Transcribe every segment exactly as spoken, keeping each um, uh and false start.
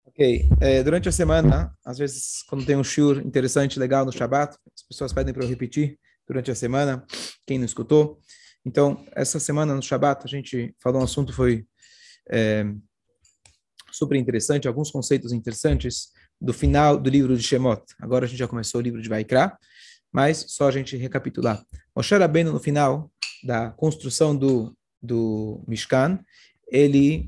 Ok. É, durante a semana, às vezes, quando tem um shiur interessante, legal no Shabbat, as pessoas pedem para eu repetir durante a semana, quem não escutou. Então, essa semana no Shabbat, a gente falou um assunto, foi é, super interessante, alguns conceitos interessantes do final do livro de Shemot. Agora a gente já começou o livro de Vaikra, mas só a gente recapitular. Moshe Rabbeinu, no final da construção do, do Mishkan, ele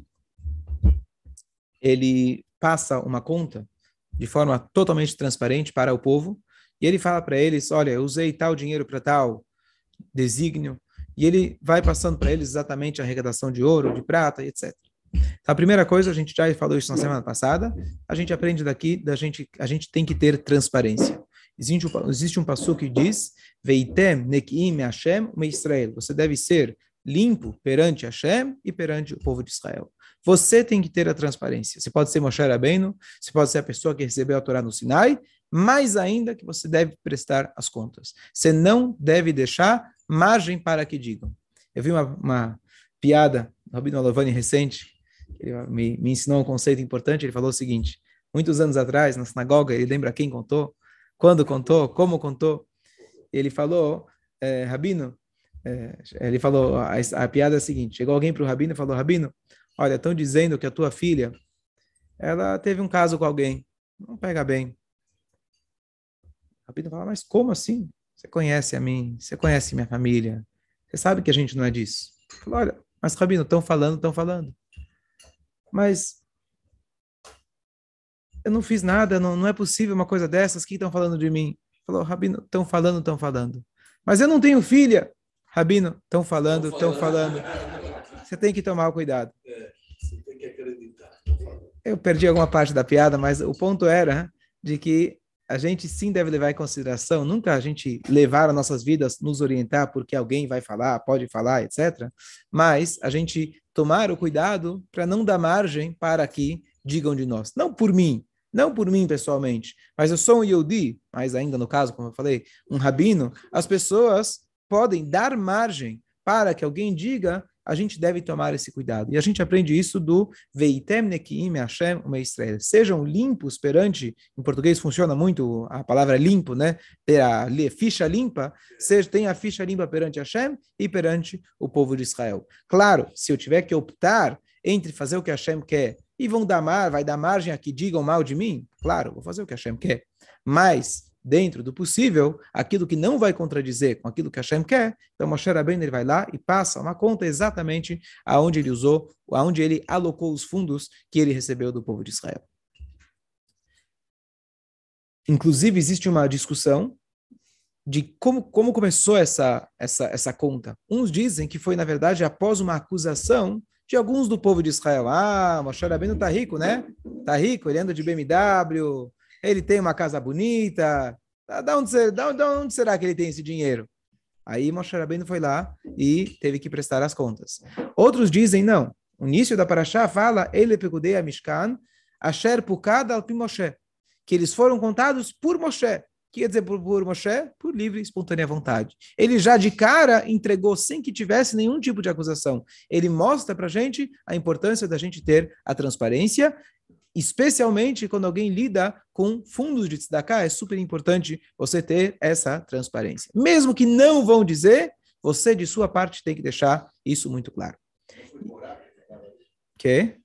ele passa uma conta de forma totalmente transparente para o povo, e ele fala para eles, olha, eu usei tal dinheiro para tal desígnio, e ele vai passando para eles exatamente a arrecadação de ouro, de prata, e etcétera. Então, a primeira coisa, a gente já falou isso na semana passada, a gente aprende daqui, da gente, a gente tem que ter transparência. Existe um, existe um passo que diz, Veitem nekim Hashem Israel. Você deve ser limpo perante Hashem e perante o povo de Israel. Você tem que ter a transparência. Você pode ser Moshe Rabbeinu, você pode ser a pessoa que recebeu a Torá no Sinai, mais ainda que você deve prestar as contas. Você não deve deixar margem para que digam. Eu vi uma, uma piada do Rabino Alovani recente, ele me, me ensinou um conceito importante, ele falou o seguinte, muitos anos atrás, na sinagoga, ele lembra quem contou, quando contou, como contou, ele falou, é, Rabino, é, ele falou, a, a piada é a seguinte, chegou alguém para o Rabino e falou, Rabino, olha, estão dizendo que a tua filha, ela teve um caso com alguém, não pega bem. O Rabino fala, mas como assim? Você conhece a mim, você conhece minha família, você sabe que a gente não é disso. Ele falou, olha, mas Rabino, estão falando, estão falando. Mas eu não fiz nada, não, não é possível uma coisa dessas, que estão falando de mim? Falou, Rabino, estão falando, estão falando. Mas eu não tenho filha. Rabino, estão falando, estão falando. Você tem que tomar cuidado. É, você tem que acreditar. Eu perdi alguma parte da piada, mas o ponto era de que a gente sim deve levar em consideração, nunca a gente levar as nossas vidas, nos orientar porque alguém vai falar, pode falar, etcétera. Mas a gente tomar o cuidado para não dar margem para que digam de nós. Não por mim, não por mim pessoalmente, mas eu sou um Yehudi, mas ainda no caso, como eu falei, um rabino, as pessoas podem dar margem para que alguém diga, a gente deve tomar esse cuidado. E a gente aprende isso do Veitem nekiim Hashem Israel. Sejam limpos perante, em português funciona muito a palavra limpo, né? Ter a ficha limpa, seja, tem a ficha limpa perante Hashem e perante o povo de Israel. Claro, se eu tiver que optar entre fazer o que Hashem quer e vão dar mar, vai dar margem a que digam mal de mim, claro, vou fazer o que Hashem quer. Mas dentro do possível, aquilo que não vai contradizer com aquilo que Hashem quer, então Moshe Rabbeinu ele vai lá e passa uma conta exatamente aonde ele usou, aonde ele alocou os fundos que ele recebeu do povo de Israel. Inclusive, existe uma discussão de como, como começou essa, essa, essa conta. Uns dizem que foi, na verdade, após uma acusação de alguns do povo de Israel. Ah, Moshe Rabbeinu está rico, né? Está rico, ele anda de B M W, ele tem uma casa bonita, da onde, da, da onde será que ele tem esse dinheiro? Aí Moshe Rabbeinu foi lá e teve que prestar as contas. Outros dizem, não, o início da Parashá fala, ele pekudei a Mishkan, asher pukad al pi Moshe, que eles foram contados por Moshe. Que quer dizer por, por Moshe? Por livre e espontânea vontade. Ele já de cara entregou sem que tivesse nenhum tipo de acusação. Ele mostra para a gente a importância da gente ter a transparência, especialmente quando alguém lida com fundos de tzedakah, é super importante você ter essa transparência. Mesmo que não vão dizer, você de sua parte tem que deixar isso muito claro. Que?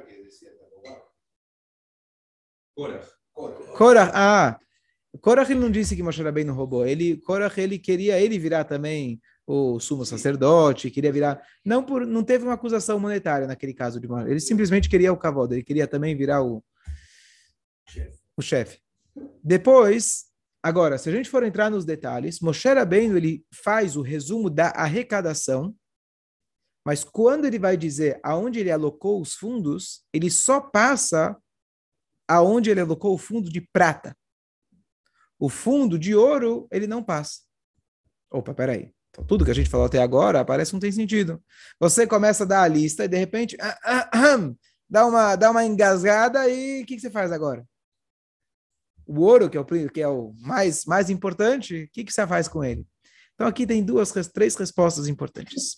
Korach, ah, Korach ele não disse que Moshe Rabbeinu roubou. Ele, Korach ele queria ele virar também o sumo sacerdote, queria virar, não por, não teve uma acusação monetária naquele caso de Moshe. Ele simplesmente queria o kavod, ele queria também virar o o chefe. Depois, agora, se a gente for entrar nos detalhes, Moshe Rabbeinu ele faz o resumo da arrecadação, mas quando ele vai dizer aonde ele alocou os fundos, ele só passa aonde ele alocou o fundo de prata. O fundo de ouro, ele não passa. Opa, peraí. Então, tudo que a gente falou até agora parece que não tem sentido. Você começa a dar a lista e, de repente, ah, ah, ah, dá, uma, dá uma engasgada e o que, que você faz agora? O ouro, que é o, que é o mais, mais importante, o que, que você faz com ele? Então, aqui tem duas, três respostas importantes.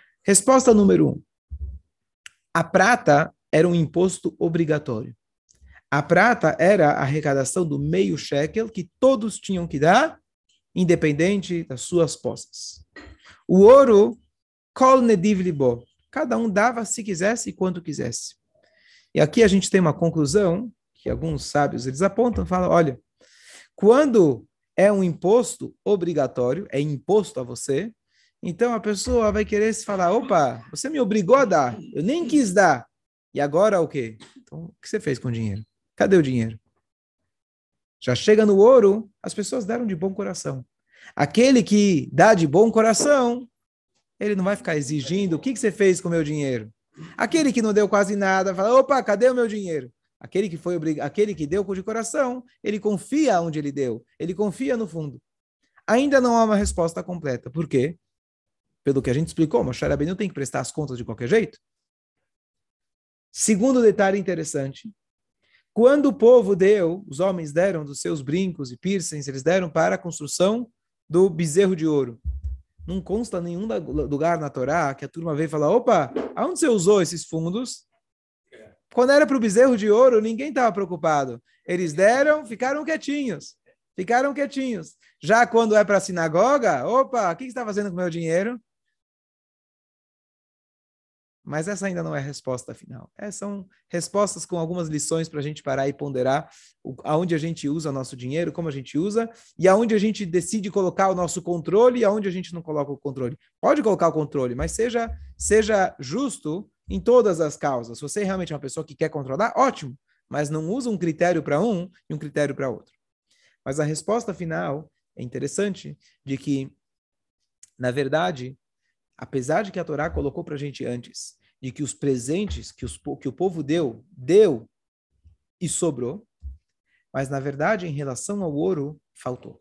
Resposta número um. A prata era um imposto obrigatório. A prata era a arrecadação do meio shekel que todos tinham que dar, independente das suas posses. O ouro, kol nediv libo. Cada um dava se quisesse e quanto quisesse. E aqui a gente tem uma conclusão que alguns sábios eles apontam, falam, olha, quando é um imposto obrigatório, é imposto a você, então a pessoa vai querer se falar, opa, você me obrigou a dar, eu nem quis dar. E agora o quê? Então, o que você fez com o dinheiro? Cadê o dinheiro? Já chega no ouro, as pessoas deram de bom coração. Aquele que dá de bom coração, ele não vai ficar exigindo o que, que você fez com o meu dinheiro. Aquele que não deu quase nada, fala, opa, cadê o meu dinheiro? Aquele que foi obrig... Aquele que deu de coração, ele confia onde ele deu, ele confia no fundo. Ainda não há uma resposta completa. Por quê? Pelo que a gente explicou, Moshe Rabbeinu tem que prestar as contas de qualquer jeito. Segundo detalhe interessante, quando o povo deu, os homens deram dos seus brincos e piercings, eles deram para a construção do bezerro de ouro. Não consta nenhum lugar na Torá que a turma veio falar, opa, aonde você usou esses fundos? Quando era para o bezerro de ouro, ninguém estava preocupado. Eles deram, ficaram quietinhos. Ficaram quietinhos. Já quando é para a sinagoga, opa, o que você está fazendo com o meu dinheiro? Mas essa ainda não é a resposta final. Essas são respostas com algumas lições para a gente parar e ponderar o, aonde a gente usa o nosso dinheiro, como a gente usa, e aonde a gente decide colocar o nosso controle e aonde a gente não coloca o controle. Pode colocar o controle, mas seja, seja justo em todas as causas. Se você realmente é uma pessoa que quer controlar, ótimo, mas não usa um critério para um e um critério para outro. Mas a resposta final é interessante, de que, na verdade, apesar de que a Torá colocou para a gente antes, de que os presentes que, os, que o povo deu, deu e sobrou, mas, na verdade, em relação ao ouro, faltou.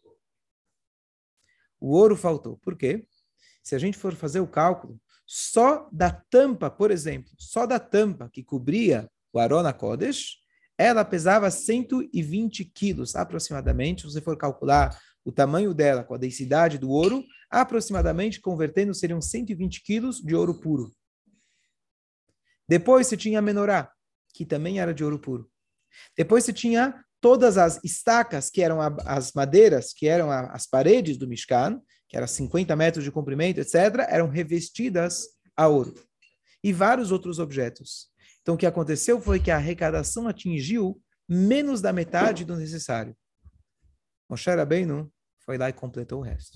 O ouro faltou. Por quê? Se a gente for fazer o cálculo, só da tampa, por exemplo, só da tampa que cobria o Arona Kodesh, ela pesava cento e vinte quilos, aproximadamente. Se você for calcular o tamanho dela com a densidade do ouro, aproximadamente, convertendo, seriam cento e vinte quilos de ouro puro. Depois você tinha a menorá, que também era de ouro puro. Depois você tinha todas as estacas, que eram a, as madeiras, que eram a, as paredes do Mishkan, que eram cinquenta metros de comprimento, etcétera, eram revestidas a ouro. E vários outros objetos. Então, o que aconteceu foi que a arrecadação atingiu menos da metade do necessário. Moshe Rabbeinu foi lá e completou o resto.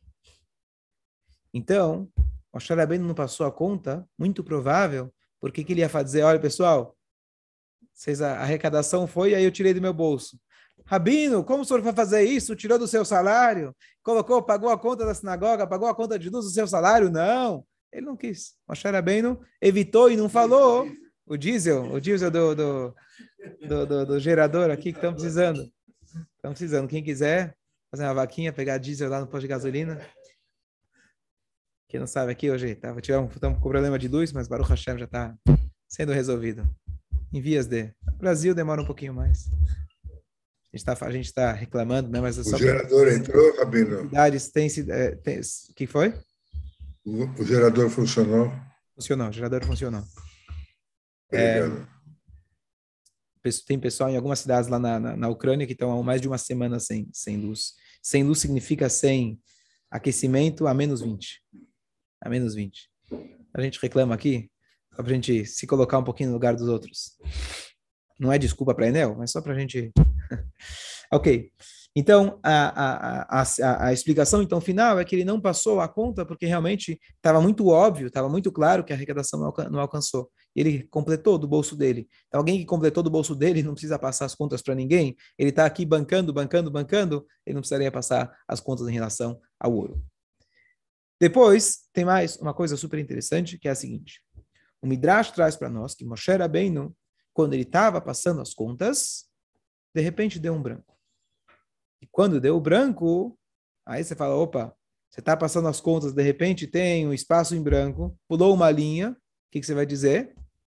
Então, Moshe Rabbeinu não passou a conta, muito provável, porque que ele ia fazer? Olha, pessoal, vocês, a arrecadação foi, aí eu tirei do meu bolso. Rabino, como o senhor vai fazer isso? Tirou do seu salário? Colocou, pagou a conta da sinagoga, pagou a conta de luz do seu salário? Não, ele não quis. Moshe Rabbeinu evitou e não falou o diesel, o diesel do, do, do, do, do gerador aqui que estão precisando. Estão precisando. Quem quiser fazer uma vaquinha, pegar diesel lá no posto de gasolina. Quem não sabe aqui hoje, tá, tivemos, estamos com problema de luz, mas Baruch Hashem já está sendo resolvido. Em vias de. O Brasil demora um pouquinho mais. A gente está a gente tá reclamando, né? Mas é só o gerador pra... entrou, Rabino? Tem, é, tem, o que foi? O, o gerador funcionou? Funcionou, o gerador funcionou. Obrigado. É, tem pessoal em algumas cidades lá na, na, na Ucrânia que estão há mais de uma semana sem, sem luz. Sem luz significa sem aquecimento a menos vinte. A menos vinte. A gente reclama aqui, só para a gente se colocar um pouquinho no lugar dos outros. Não é desculpa para Enel, mas só para a gente... Ok. Então, a, a, a, a explicação então, final é que ele não passou a conta porque realmente estava muito óbvio, estava muito claro que a arrecadação não, alcan- não alcançou. Ele completou do bolso dele. Então, alguém que completou do bolso dele não precisa passar as contas para ninguém. Ele está aqui bancando, bancando, bancando. Ele não precisaria passar as contas em relação ao ouro. Depois, tem mais uma coisa super interessante, que é a seguinte. O Midrash traz para nós que Moshe Rabbeinu, quando ele estava passando as contas, de repente deu um branco. E quando deu o branco, aí você fala, opa, você está passando as contas, de repente tem um espaço em branco, pulou uma linha, o que, que você vai dizer?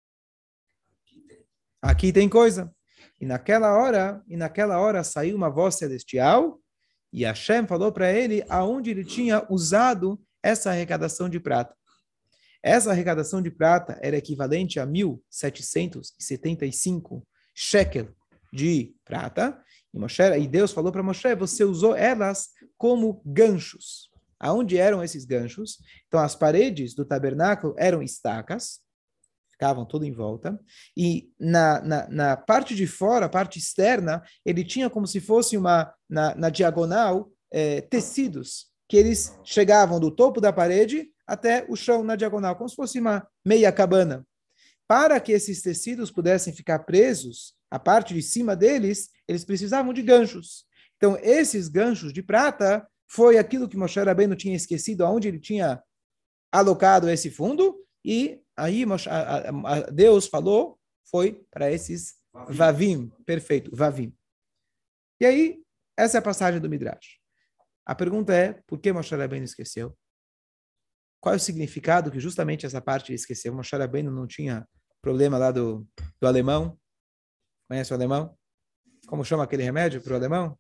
Aqui tem coisa. E naquela hora, e naquela hora saiu uma voz celestial, e Hashem falou para ele aonde ele tinha usado essa arrecadação de prata. Essa arrecadação de prata era equivalente a mil setecentos e setenta e cinco shekel de prata, e, Moshe, e Deus falou para Moshe, você usou elas como ganchos. Aonde eram esses ganchos? Então, as paredes do tabernáculo eram estacas, ficavam tudo em volta, e na, na, na parte de fora, a parte externa, ele tinha como se fosse uma, na, na diagonal, é, tecidos, que eles chegavam do topo da parede até o chão na diagonal, como se fosse uma meia cabana. Para que esses tecidos pudessem ficar presos, a parte de cima deles, eles precisavam de ganchos. Então, esses ganchos de prata foi aquilo que Moshe Rabbeinu tinha esquecido, aonde ele tinha alocado esse fundo, e aí Moshe, a, a, a Deus falou, foi para esses vavim, perfeito, vavim. E aí, essa é a passagem do Midrash. A pergunta é, por que Moshe Rabbeinu esqueceu? Qual é o significado que justamente essa parte ele esqueceu? Moshe Rabbeinu não tinha problema lá do, do alemão? Conhece o alemão? Como chama aquele remédio para o alemão?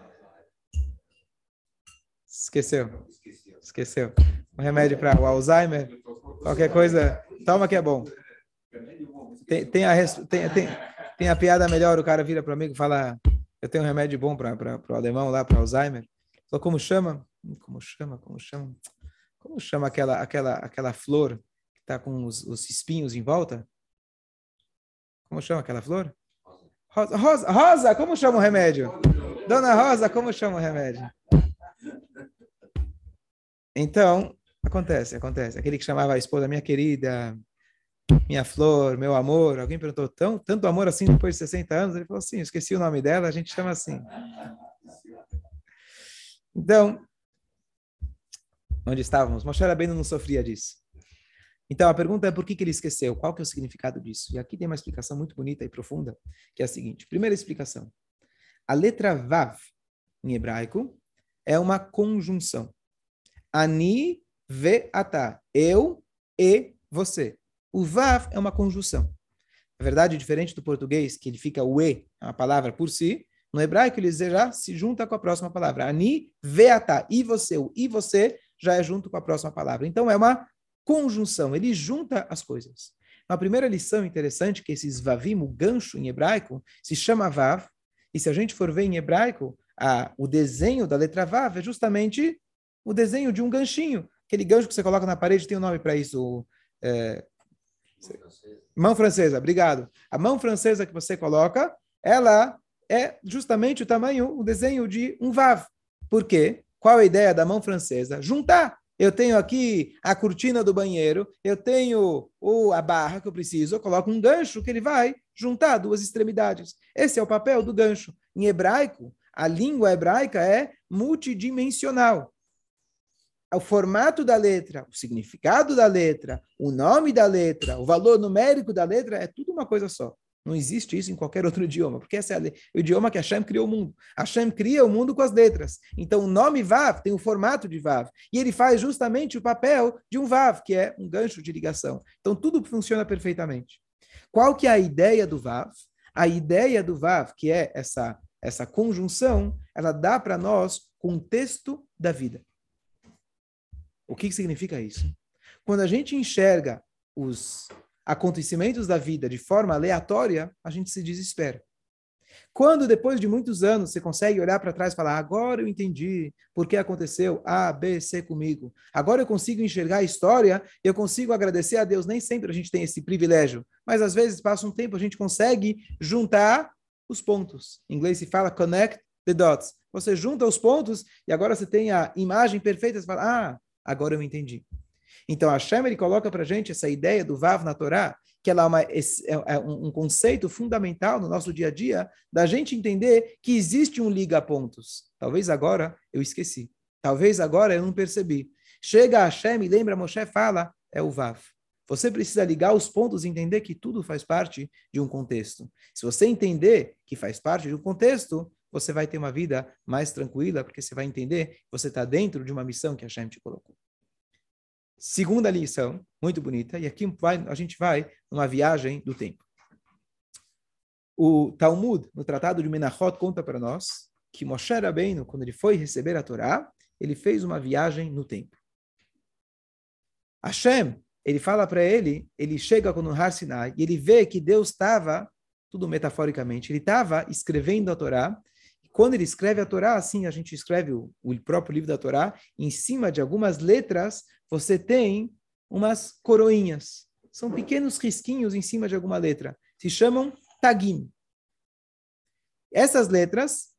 Esqueceu. Esqueceu. Um remédio para o Alzheimer? Qualquer coisa, toma que é bom. Tem, tem, a, tem, tem, tem a piada melhor, o cara vira para mim e fala, eu tenho um remédio bom para o alemão lá, para Alzheimer. Falou, como chama? Como chama? Como chama? Como chama aquela, aquela, aquela flor que está com os, os espinhos em volta? Como chama aquela flor? Rosa, Rosa, Rosa, como chama o remédio? Dona Rosa, como chama o remédio? Então, acontece, acontece. Aquele que chamava a esposa, minha querida, minha flor, meu amor. Alguém perguntou, tão, tanto amor assim depois de sessenta anos? Ele falou assim, esqueci o nome dela, a gente chama assim. Então, onde estávamos? Moshe Rabbeinu não sofria disso. Então, a pergunta é por que, que ele esqueceu? Qual que é o significado disso? E aqui tem uma explicação muito bonita e profunda, que é a seguinte. Primeira explicação. A letra Vav, em hebraico, é uma conjunção. Ani ve ata. Eu e você. O Vav é uma conjunção. Na verdade, diferente do português, que ele fica o e, é uma palavra por si, no hebraico ele já se junta com a próxima palavra. Ani ve ata. E você, o e você já é junto com a próxima palavra. Então, é uma conjunção. Ele junta as coisas. A primeira lição interessante, que esses vavim, o gancho em hebraico, se chama Vav. E se a gente for ver em hebraico, a, o desenho da letra Vav é justamente o desenho de um ganchinho. Aquele gancho que você coloca na parede, tem um nome para isso. É, mão francesa, obrigado. A mão francesa que você coloca, ela é justamente o tamanho, o desenho de um Vav. Por quê? Qual a ideia da mão francesa? Juntar. Eu tenho aqui a cortina do banheiro, eu tenho o, a barra que eu preciso, eu coloco um gancho que ele vai juntar duas extremidades. Esse é o papel do gancho. Em hebraico, a língua hebraica é multidimensional. O formato da letra, o significado da letra, o nome da letra, o valor numérico da letra, é tudo uma coisa só. Não existe isso em qualquer outro idioma, porque esse é o idioma que Hashem criou o mundo. Hashem cria o mundo com as letras. Então, o nome Vav tem o formato de Vav. E ele faz justamente o papel de um Vav, que é um gancho de ligação. Então, tudo funciona perfeitamente. Qual que é a ideia do Vav? A ideia do Vav, que é essa, essa conjunção, ela dá para nós contexto da vida. O que, que significa isso? Quando a gente enxerga os acontecimentos da vida de forma aleatória, a gente se desespera. Quando, depois de muitos anos, você consegue olhar para trás e falar, agora eu entendi por que aconteceu A, B, C comigo. Agora eu consigo enxergar a história, eu consigo agradecer a Deus. Nem sempre a gente tem esse privilégio, mas às vezes passa um tempo, a gente consegue juntar os pontos. Em inglês se fala connect the dots. Você junta os pontos e agora você tem a imagem perfeita, você fala, ah, agora eu entendi. Então, Hashem, ele coloca para a gente essa ideia do Vav na Torá, que ela é, uma, é um conceito fundamental no nosso dia a dia, da gente entender que existe um liga-pontos. Talvez agora eu esqueci. Talvez agora eu não percebi. Chega a Hashem e lembra, Moshe fala, é o Vav. Você precisa ligar os pontos e entender que tudo faz parte de um contexto. Se você entender que faz parte de um contexto, você vai ter uma vida mais tranquila, porque você vai entender que você está dentro de uma missão que Hashem te colocou. Segunda lição, muito bonita, e aqui vai, a gente vai numa viagem do tempo. O Talmud, no Tratado de Menachot, conta para nós que Moshe Rabbeinu, quando ele foi receber a Torá, ele fez uma viagem no tempo. Hashem, ele fala para ele, ele chega no Har Sinai, e ele vê que Deus estava tudo metaforicamente. Ele estava escrevendo a Torá. E quando ele escreve a Torá, assim a gente escreve o, o próprio livro da Torá, em cima de algumas letras, você tem umas coroinhas. São pequenos risquinhos em cima de alguma letra. Se chamam tagim. Essas letras,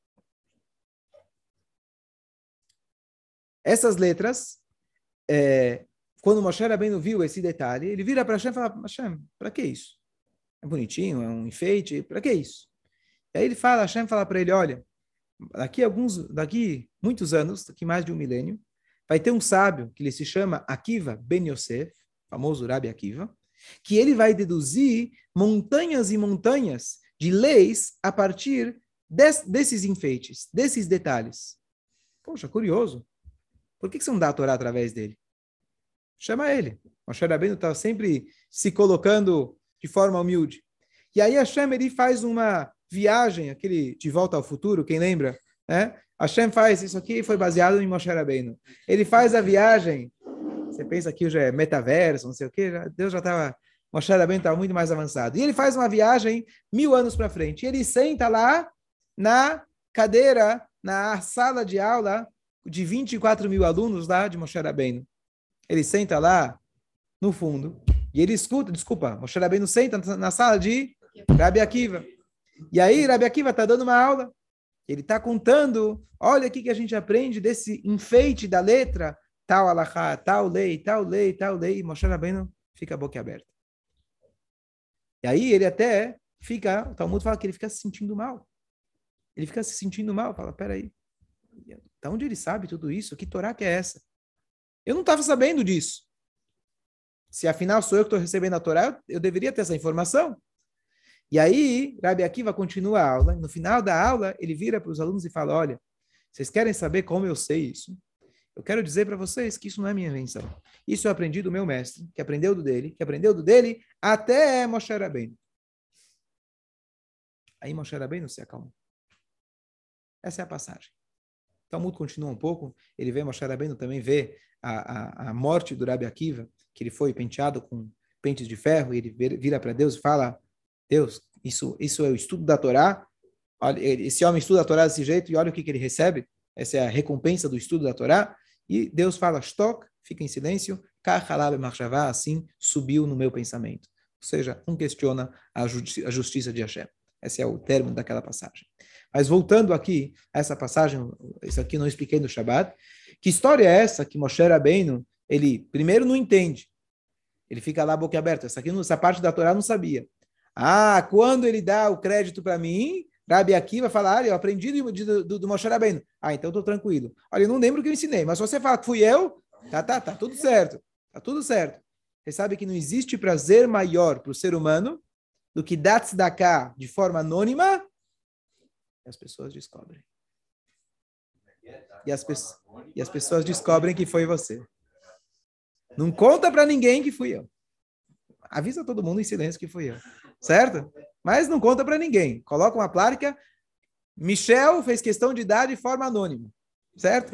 essas letras, é, quando Moshe Rabbeinu viu esse detalhe, ele vira para Hashem e fala, Hashem, para que isso? É bonitinho, é um enfeite, para que isso? E aí ele fala, Hashem fala para ele, olha, daqui alguns, daqui muitos anos, daqui mais de um milênio, vai ter um sábio que ele se chama Akiva Ben Yosef, famoso Rabi Akiva, que ele vai deduzir montanhas e montanhas de leis a partir des, desses enfeites, desses detalhes. Poxa, curioso. Por que você não dá a Torá através dele? Chama ele. Moshe Rabbeinu está sempre se colocando de forma humilde. E aí Hashem ele faz uma viagem, aquele de volta ao futuro, quem lembra? Né? Hashem faz, isso aqui foi baseado em Moshe Rabbeinu. Ele faz a viagem, você pensa que já é metaverso, não sei o quê, Deus já estava, Moshe Rabbeinu estava muito mais avançado. E ele faz uma viagem mil anos para frente. E ele senta lá na cadeira, na sala de aula de vinte e quatro mil alunos lá de Moshe Rabbeinu. Ele senta lá no fundo e ele escuta, desculpa, Moshe Rabbeinu senta na sala de Rabi Akiva. E aí Rabi Akiva está dando uma aula. Ele está contando, olha aqui que a gente aprende desse enfeite da letra, tal alahá, tal lei, tal lei, tal lei. E Moshe Rabbeinu fica a boca aberta. E aí ele até fica, o Talmud fala que ele fica se sentindo mal. Ele fica se sentindo mal, fala, peraí, de onde ele sabe tudo isso? Que Torá que é essa? Eu não estava sabendo disso. Se afinal sou eu que estou recebendo a Torá, eu, eu deveria ter essa informação. E aí, Rabi Akiva continua a aula. No final da aula, ele vira para os alunos e fala, olha, vocês querem saber como eu sei isso? Eu quero dizer para vocês que isso não é minha invenção. Isso eu aprendi do meu mestre, que aprendeu do dele, que aprendeu do dele, até Moshe Rabbeinu. Aí Moshe Rabbeinu se acalmou. Essa é a passagem. O Talmud continua um pouco, ele vê, Moshe Rabbeinu também vê a, a, a morte do Rabi Akiva, que ele foi penteado com pentes de ferro, e ele vira para Deus e fala, Deus, isso, isso é o estudo da Torá, olha, esse homem estuda a Torá desse jeito, e olha o que, que ele recebe, essa é a recompensa do estudo da Torá, e Deus fala, Shtok, fica em silêncio, assim subiu no meu pensamento. Ou seja, não questiona a, justi a justiça de Hashem. Esse é o termo daquela passagem. Mas voltando aqui a essa passagem, isso aqui eu não expliquei no Shabbat, que história é essa que Moshe Rabbeinu, ele primeiro não entende, ele fica lá boca aberta, essa, aqui, essa parte da Torá não sabia. Ah, quando ele dá o crédito para mim, Rabi Akiva fala, olha, eu aprendi do, do, do, do Moshe Rabbeinu. Ah, então eu estou tranquilo. Olha, eu não lembro o que eu ensinei, mas se você fala que fui eu, tá, tá, tá tudo certo, tá tudo certo. Você sabe que não existe prazer maior para o ser humano do que dar tzedakah de forma anônima, e as pessoas descobrem. E as, pe e as pessoas descobrem que foi você. Não conta para ninguém que fui eu. Avisa todo mundo em silêncio que fui eu. Certo? Mas não conta para ninguém. Coloca uma placa. Michel fez questão de dar de forma anônima. Certo?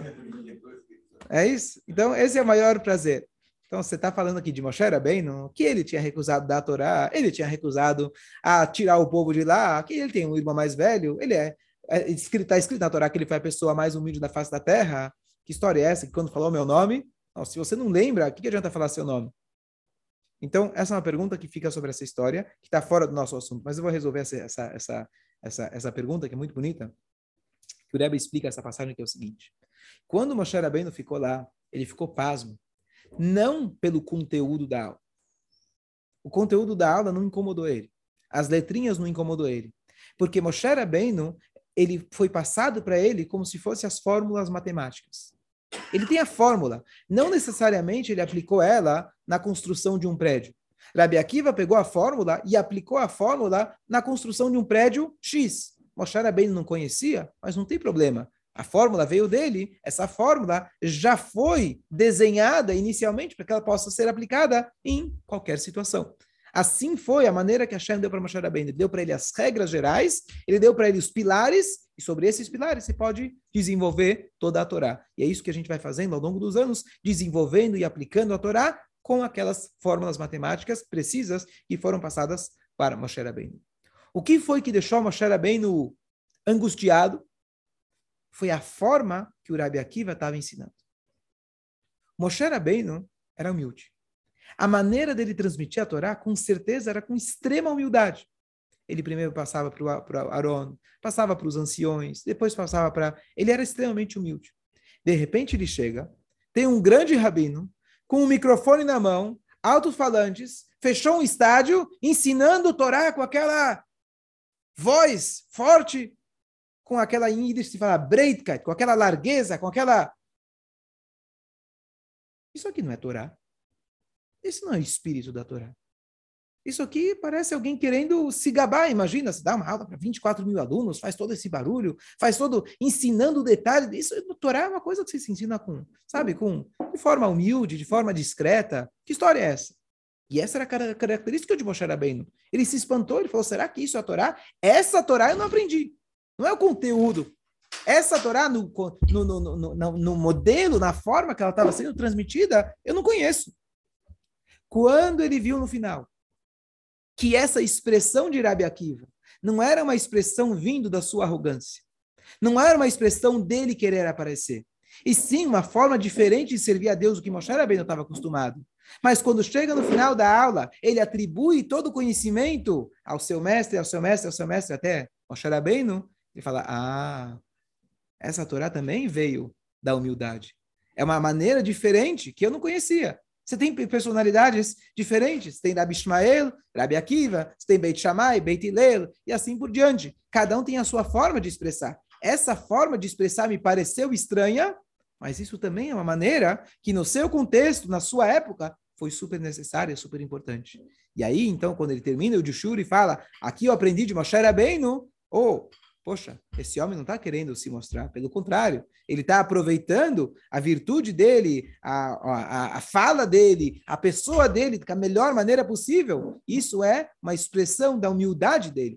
É isso? Então, esse é o maior prazer. Então, você está falando aqui de Moshe Rabbeinu, que ele tinha recusado da Torá, ele tinha recusado a tirar o povo de lá, que ele tem um irmão mais velho, ele é, é escrito, está escrito na Torá que ele foi a pessoa mais humilde da face da terra. Que história é essa? Que quando falou meu nome, não, se você não lembra, o que, que adianta falar seu nome? Então, essa é uma pergunta que fica sobre essa história, que está fora do nosso assunto, mas eu vou resolver essa, essa, essa, essa, essa pergunta, que é muito bonita, que o Rebbe explica essa passagem, que é o seguinte. Quando Moshe Rabbeinu ficou lá, ele ficou pasmo, não pelo conteúdo da aula. O conteúdo da aula não incomodou ele. As letrinhas não incomodou ele. Porque Moshe Rabbeinu, ele foi passado para ele como se fossem as fórmulas matemáticas. Ele tem a fórmula. Não necessariamente ele aplicou ela na construção de um prédio. Rabi Akiva pegou a fórmula e aplicou a fórmula na construção de um prédio X. Moshe Rabbeinu não conhecia, mas não tem problema. A fórmula veio dele, essa fórmula já foi desenhada inicialmente para que ela possa ser aplicada em qualquer situação. Assim foi a maneira que Hashem deu para Moshe Rabbeinu. Ele deu para ele as regras gerais, ele deu para ele os pilares, e sobre esses pilares você pode desenvolver toda a Torá. E é isso que a gente vai fazendo ao longo dos anos, desenvolvendo e aplicando a Torá com aquelas fórmulas matemáticas precisas que foram passadas para Moshe Rabbeinu. O que foi que deixou Moshe Rabbeinu angustiado? Foi a forma que o Rabi Akiva estava ensinando. Moshe Rabbeinu era humilde. A maneira dele transmitir a Torá, com certeza, era com extrema humildade. Ele primeiro passava para o Aaron, passava para os anciões, depois passava para... Ele era extremamente humilde. De repente ele chega, tem um grande rabino, com um microfone na mão, alto-falantes, fechou um estádio, ensinando o Torá com aquela voz forte, com aquela, em Yiddish se fala, Breitkeit, com aquela largueza, com aquela... Isso aqui não é Torá. Isso não é o espírito da Torá. Isso aqui parece alguém querendo se gabar. Imagina, se dá uma aula para vinte e quatro mil alunos, faz todo esse barulho, faz todo, ensinando o detalhe. Isso no Torá é uma coisa que você se ensina com, sabe, com, de forma humilde, de forma discreta. Que história é essa? E essa era a característica de Moshe Rabbeinu. Ele se espantou, ele falou, será que isso é a Torá? Essa Torá eu não aprendi. Não é o conteúdo. Essa Torá, no, no, no, no, no, no modelo, na forma que ela estava sendo transmitida, eu não conheço. Quando ele viu no final que essa expressão de Rabi Akiva não era uma expressão vindo da sua arrogância, não era uma expressão dele querer aparecer, e sim uma forma diferente de servir a Deus do que Moshe Rabbeinu estava acostumado. Mas quando chega no final da aula, ele atribui todo o conhecimento ao seu mestre, ao seu mestre, ao seu mestre, até Moshe Rabbeinu, ele fala, ah, essa Torá também veio da humildade. É uma maneira diferente que eu não conhecia. Você tem personalidades diferentes. Você tem Rabi Ishmael, Rabi Akiva, você tem Beit Shammai, Beit Hillel, e assim por diante. Cada um tem a sua forma de expressar. Essa forma de expressar me pareceu estranha, mas isso também é uma maneira que no seu contexto, na sua época, foi super necessária, super importante. E aí, então, quando ele termina o Dishur e fala, aqui eu aprendi de Moshe Rabbeinu, ou... Oh, poxa, esse homem não está querendo se mostrar, pelo contrário, ele está aproveitando a virtude dele, a, a, a fala dele, a pessoa dele, da melhor maneira possível. Isso é uma expressão da humildade dele.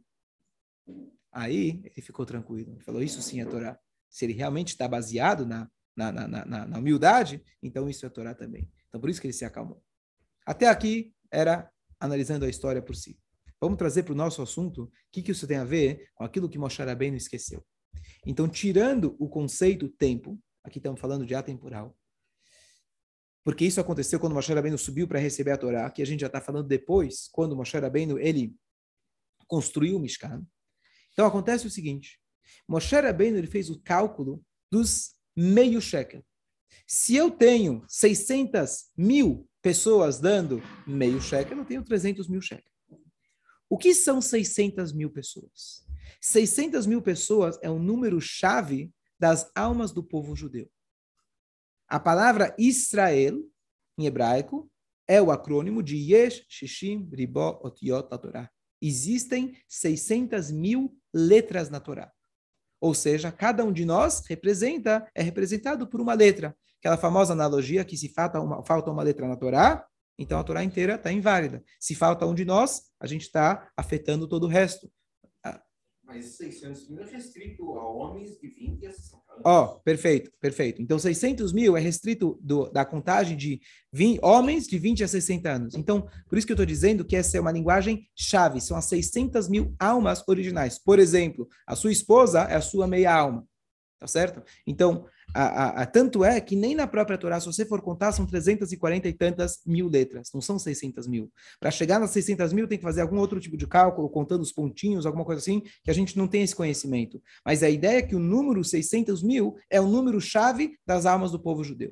Aí ele ficou tranquilo, ele falou, isso sim é Torá. Se ele realmente está baseado na, na, na, na, na humildade, então isso é Torá também. Então por isso que ele se acalmou. Até aqui era analisando a história por si. Vamos trazer para o nosso assunto o que, que isso tem a ver com aquilo que Moshe Rabbeinu esqueceu. Então, tirando o conceito tempo, aqui estamos falando de atemporal, porque isso aconteceu quando Moshe Rabbeinu subiu para receber a Torá, que a gente já está falando depois, quando Moshe Rabbeinu, ele construiu o Mishkan. Então, acontece o seguinte, Moshe Rabbeinu, ele fez o cálculo dos meio shekel. Se eu tenho seiscentas mil pessoas dando meio shekel, eu tenho trezentos mil shekel. O que são seiscentas mil pessoas? seiscentas mil pessoas é o número-chave das almas do povo judeu. A palavra Israel, em hebraico, é o acrônimo de Yesh, Shishim, Ribó, Otiot, Torá. Existem seiscentas mil letras na Torá. Ou seja, cada um de nós representa, é representado por uma letra. Aquela famosa analogia que se falta uma, falta uma letra na Torá, então a Torá inteira está inválida. Se falta um de nós, a gente está afetando todo o resto. Mas seiscentos mil é restrito a homens de vinte a sessenta anos. Ó, oh, perfeito, perfeito. Então seiscentos mil é restrito do, da contagem de vinte, homens de vinte a sessenta anos. Então, por isso que eu estou dizendo que essa é uma linguagem chave. São as seiscentas mil almas originais. Por exemplo, a sua esposa é a sua meia alma. Tá certo? Então, a, a, a, tanto é que nem na própria Torá, se você for contar, são trezentas e quarenta e tantas mil letras, não são seiscentas mil. Para chegar nas seiscentas mil, tem que fazer algum outro tipo de cálculo, contando os pontinhos, alguma coisa assim, que a gente não tem esse conhecimento. Mas a ideia é que o número seiscentos mil é o número-chave das almas do povo judeu.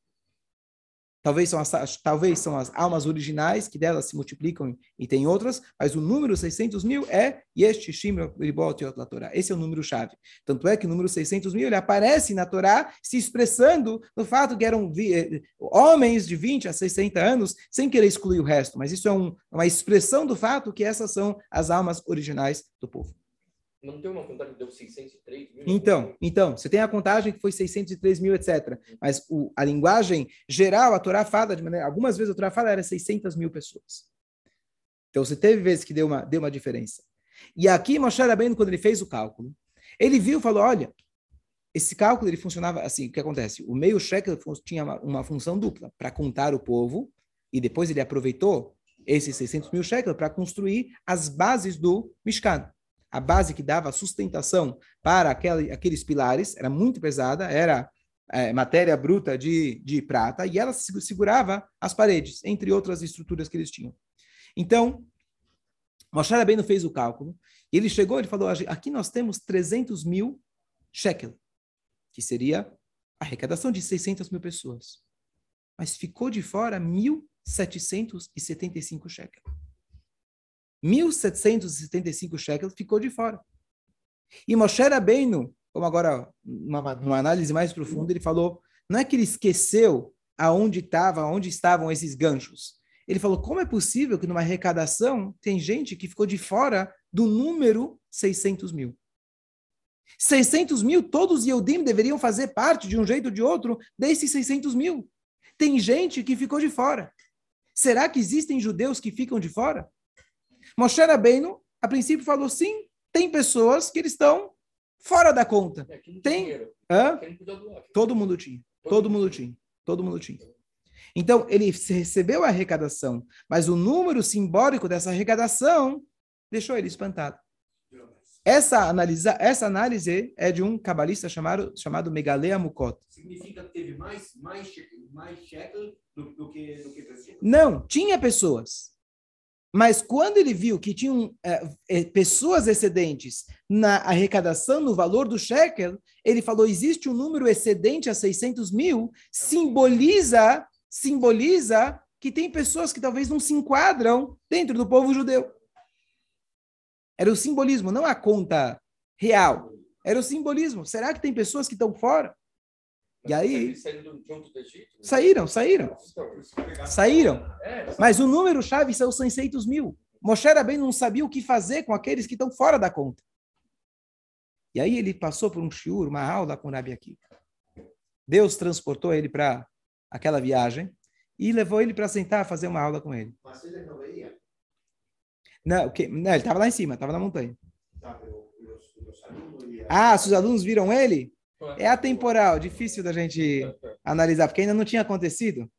Talvez são, as, talvez são as almas originais, que delas se multiplicam e tem outras, mas o número seiscentos mil é Yesh, Shishim, Ribó, Otiot, Torá. Esse é o número-chave. Tanto é que o número seiscentos mil ele aparece na Torá se expressando no fato que eram vi, homens de vinte a sessenta anos, sem querer excluir o resto, mas isso é um, uma expressão do fato que essas são as almas originais do povo. Não tem uma contagem que deu seiscentos e três mil? Então, então, você tem a contagem que foi seiscentos e três mil, etcétera. Mas o, a linguagem geral, a Torá fala de maneira... Algumas vezes a Torá fala era seiscentas mil pessoas. Então, você teve vezes que deu uma, deu uma diferença. E aqui, Moshe Rabbeinu, quando ele fez o cálculo, ele viu e falou, olha, esse cálculo ele funcionava assim, o que acontece? O meio shekel tinha uma, uma função dupla, para contar o povo, e depois ele aproveitou esses seiscentos mil shekels para construir as bases do Mishkan. A base que dava sustentação para aquele, aqueles pilares era muito pesada, era é, matéria bruta de, de prata, e ela segurava as paredes, entre outras estruturas que eles tinham. Então, Moshe Rabbeinu fez o cálculo, e ele chegou, ele falou, aqui nós temos trezentos mil shekel, que seria a arrecadação de seiscentas mil pessoas. Mas ficou de fora mil setecentos e setenta e cinco shekel. mil setecentos e setenta e cinco shekel ficou de fora. E Moshe Rabbeinu, como agora, uma, uma análise mais profunda, ele falou, não é que ele esqueceu aonde estava, onde estavam esses ganchos. Ele falou, como é possível que numa arrecadação tem gente que ficou de fora do número seiscentos mil? seiscentos mil, todos os Yehudim deveriam fazer parte, de um jeito ou de outro, desses seiscentos mil. Tem gente que ficou de fora. Será que existem judeus que ficam de fora? Moshe Rabbeinu, a princípio, falou, sim, tem pessoas que eles estão fora da conta. Tem. Hã? Todo mundo tinha. Todo mundo tinha. Todo mundo tinha. Então, ele recebeu a arrecadação, mas o número simbólico dessa arrecadação deixou ele espantado. Essa análise, essa análise é de um cabalista chamado, chamado Megalea Mukot. Significa que teve mais, mais, mais shekel do, do que, do que pessoas? Não, tinha pessoas. Mas quando ele viu que tinham é, pessoas excedentes na arrecadação, no valor do shekel, ele falou, existe um número excedente a seiscentos mil, simboliza, simboliza que tem pessoas que talvez não se enquadram dentro do povo judeu. Era o simbolismo, não a conta real. Era o simbolismo. Será que tem pessoas que estão fora? E aí... Saíram, saíram. Saíram. Mas o número-chave são seiscentos mil. Moshe Rabbeinu não sabia o que fazer com aqueles que estão fora da conta. E aí ele passou por um shiur, uma aula com o Rabi Akiva. Deus transportou ele para aquela viagem e levou ele para sentar, fazer uma aula com ele. Mas ele não veio? Não, que, não ele estava lá em cima, estava na montanha. Ah, se os alunos viram ele? É atemporal, difícil da gente analisar, porque ainda não tinha acontecido.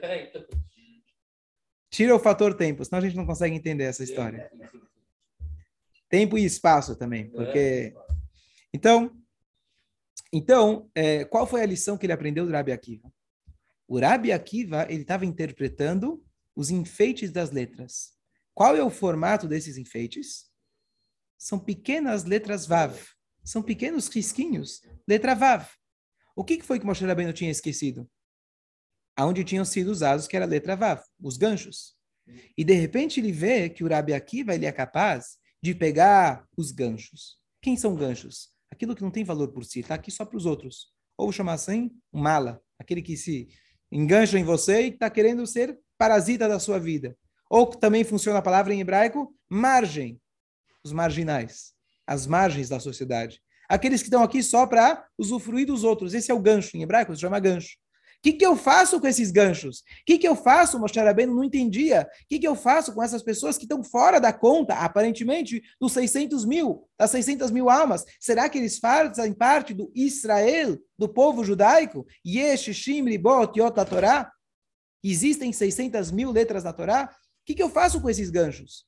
Tira o fator tempo, senão a gente não consegue entender essa história. Tempo e espaço também, porque... Então, então é, qual foi a lição que ele aprendeu do Rabi Akiva? O Rabi Akiva, ele estava interpretando os enfeites das letras. Qual é o formato desses enfeites? São pequenas letras Vav. São pequenos risquinhos. Letra Vav. O que foi que Moshe Rabbeinu tinha esquecido? Aonde tinham sido usados, que era a letra Vav, os ganchos. E de repente ele vê que o Rabi Akiva ele é capaz de pegar os ganchos. Quem são ganchos? Aquilo que não tem valor por si, está aqui só para os outros. Ou chamar assim, um mala. Aquele que se engancha em você e está querendo ser parasita da sua vida. Ou também funciona a palavra em hebraico, margem. Os marginais. As margens da sociedade. Aqueles que estão aqui só para usufruir dos outros. Esse é o gancho. Em hebraico se chama gancho. O que, que eu faço com esses ganchos? O que, que eu faço, Moshe Rabbeinu não entendia. O que, que eu faço com essas pessoas que estão fora da conta, aparentemente, dos seiscentos mil, das seiscentas mil almas? Será que eles fazem parte do Israel, do povo judaico? Yesh, Shimri, Bot, Yot, a Torá? Existem seiscentas mil letras da Torá? O que, que eu faço com esses ganchos?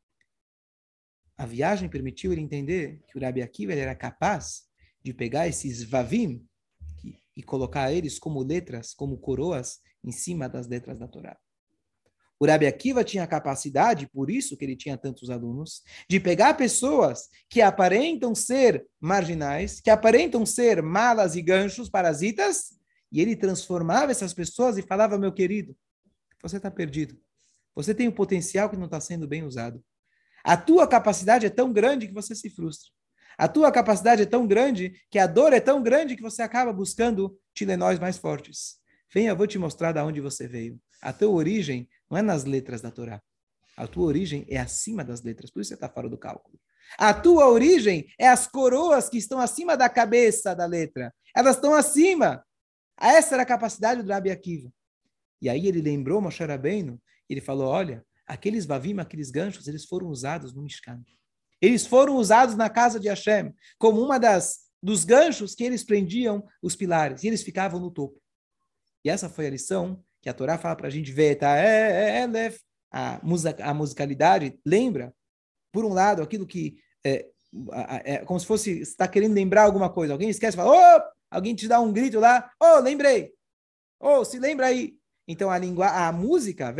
A viagem permitiu ele entender que o Rabi Akiva ele era capaz de pegar esses vavim que, e colocar eles como letras, como coroas, em cima das letras da Torá. O Rabi Akiva tinha a capacidade, por isso que ele tinha tantos alunos, de pegar pessoas que aparentam ser marginais, que aparentam ser malas e ganchos, parasitas, e ele transformava essas pessoas e falava, meu querido, você está perdido. Você tem um potencial que não está sendo bem usado. A tua capacidade é tão grande que você se frustra. A tua capacidade é tão grande que a dor é tão grande que você acaba buscando Tilenóis mais fortes. Venha, eu vou te mostrar de onde você veio. A tua origem não é nas letras da Torá. A tua origem é acima das letras, por isso você está fora do cálculo. A tua origem é as coroas que estão acima da cabeça da letra. Elas estão acima. Essa era a capacidade do Rabi Akiva. E aí ele lembrou Moshe Rabbeinu, ele falou, olha, aqueles vavim, aqueles ganchos, eles foram usados no Mishkan. Eles foram usados na casa de Hashem, como uma das dos ganchos que eles prendiam os pilares, e eles ficavam no topo. E essa foi a lição que a Torá fala para a gente ver, tá? É, é, é, a, a musicalidade lembra, por um lado, aquilo que é, é, é como se fosse, está querendo lembrar alguma coisa. Alguém esquece, fala, oh! Alguém te dá um grito lá, oh, lembrei. Oh, se lembra aí. Então, a, língua, a música,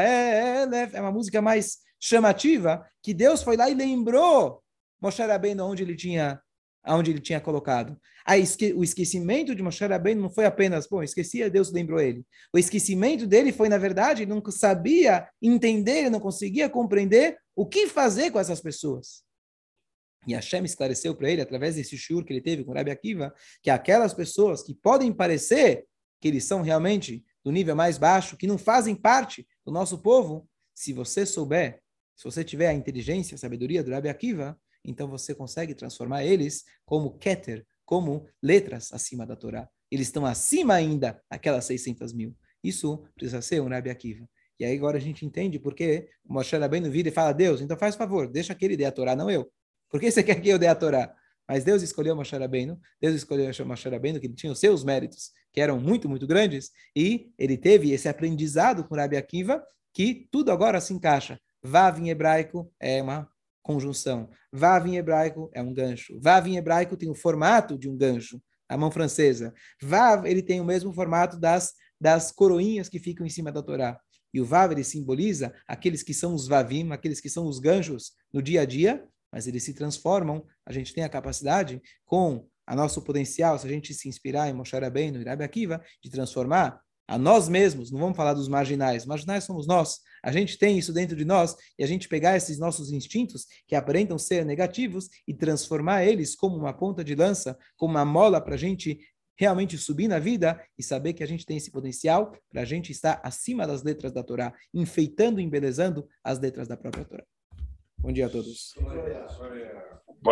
é uma música mais chamativa, que Deus foi lá e lembrou Moshe Rabbeinu onde ele tinha, onde ele tinha colocado. Aí, esque, o esquecimento de Moshe Rabbeinu não foi apenas, pô, esquecia, Deus lembrou ele. O esquecimento dele foi, na verdade, ele não sabia entender, ele não conseguia compreender o que fazer com essas pessoas. E Hashem esclareceu para ele, através desse shiur que ele teve com Rabbi Akiva, que aquelas pessoas que podem parecer que eles são realmente do nível mais baixo, que não fazem parte do nosso povo, se você souber, se você tiver a inteligência, a sabedoria do Rabbi Akiva, então você consegue transformar eles como keter, como letras acima da Torá. Eles estão acima ainda daquelas seiscentas mil. Isso precisa ser um Rabbi Akiva. E aí agora a gente entende porque o Moshe Rabbeinu vira e fala, Deus, então faz favor, deixa que ele dê a Torá, não eu. Por que você quer que eu dê a Torá? Mas Deus escolheu Moshe Rabbeinu, Deus escolheu Moshe Rabbeinu, que ele tinha os seus méritos, que eram muito, muito grandes, e ele teve esse aprendizado com Rabbi Akiva, que tudo agora se encaixa. Vav em hebraico é uma conjunção. Vav em hebraico é um gancho. Vav em hebraico tem o formato de um gancho, a mão francesa. Vav, ele tem o mesmo formato das, das coroinhas que ficam em cima da Torá. E o Vav, ele simboliza aqueles que são os Vavim, aqueles que são os ganchos no dia a dia, mas eles se transformam, a gente tem a capacidade, com a nosso potencial, se a gente se inspirar em Moshe Rabbeinu e Rabbi Akiva, de transformar a nós mesmos, não vamos falar dos marginais, marginais somos nós, a gente tem isso dentro de nós, e a gente pegar esses nossos instintos, que aparentam ser negativos, e transformar eles como uma ponta de lança, como uma mola para a gente realmente subir na vida, e saber que a gente tem esse potencial, para a gente estar acima das letras da Torá, enfeitando e embelezando as letras da própria Torá. Bom dia a todos.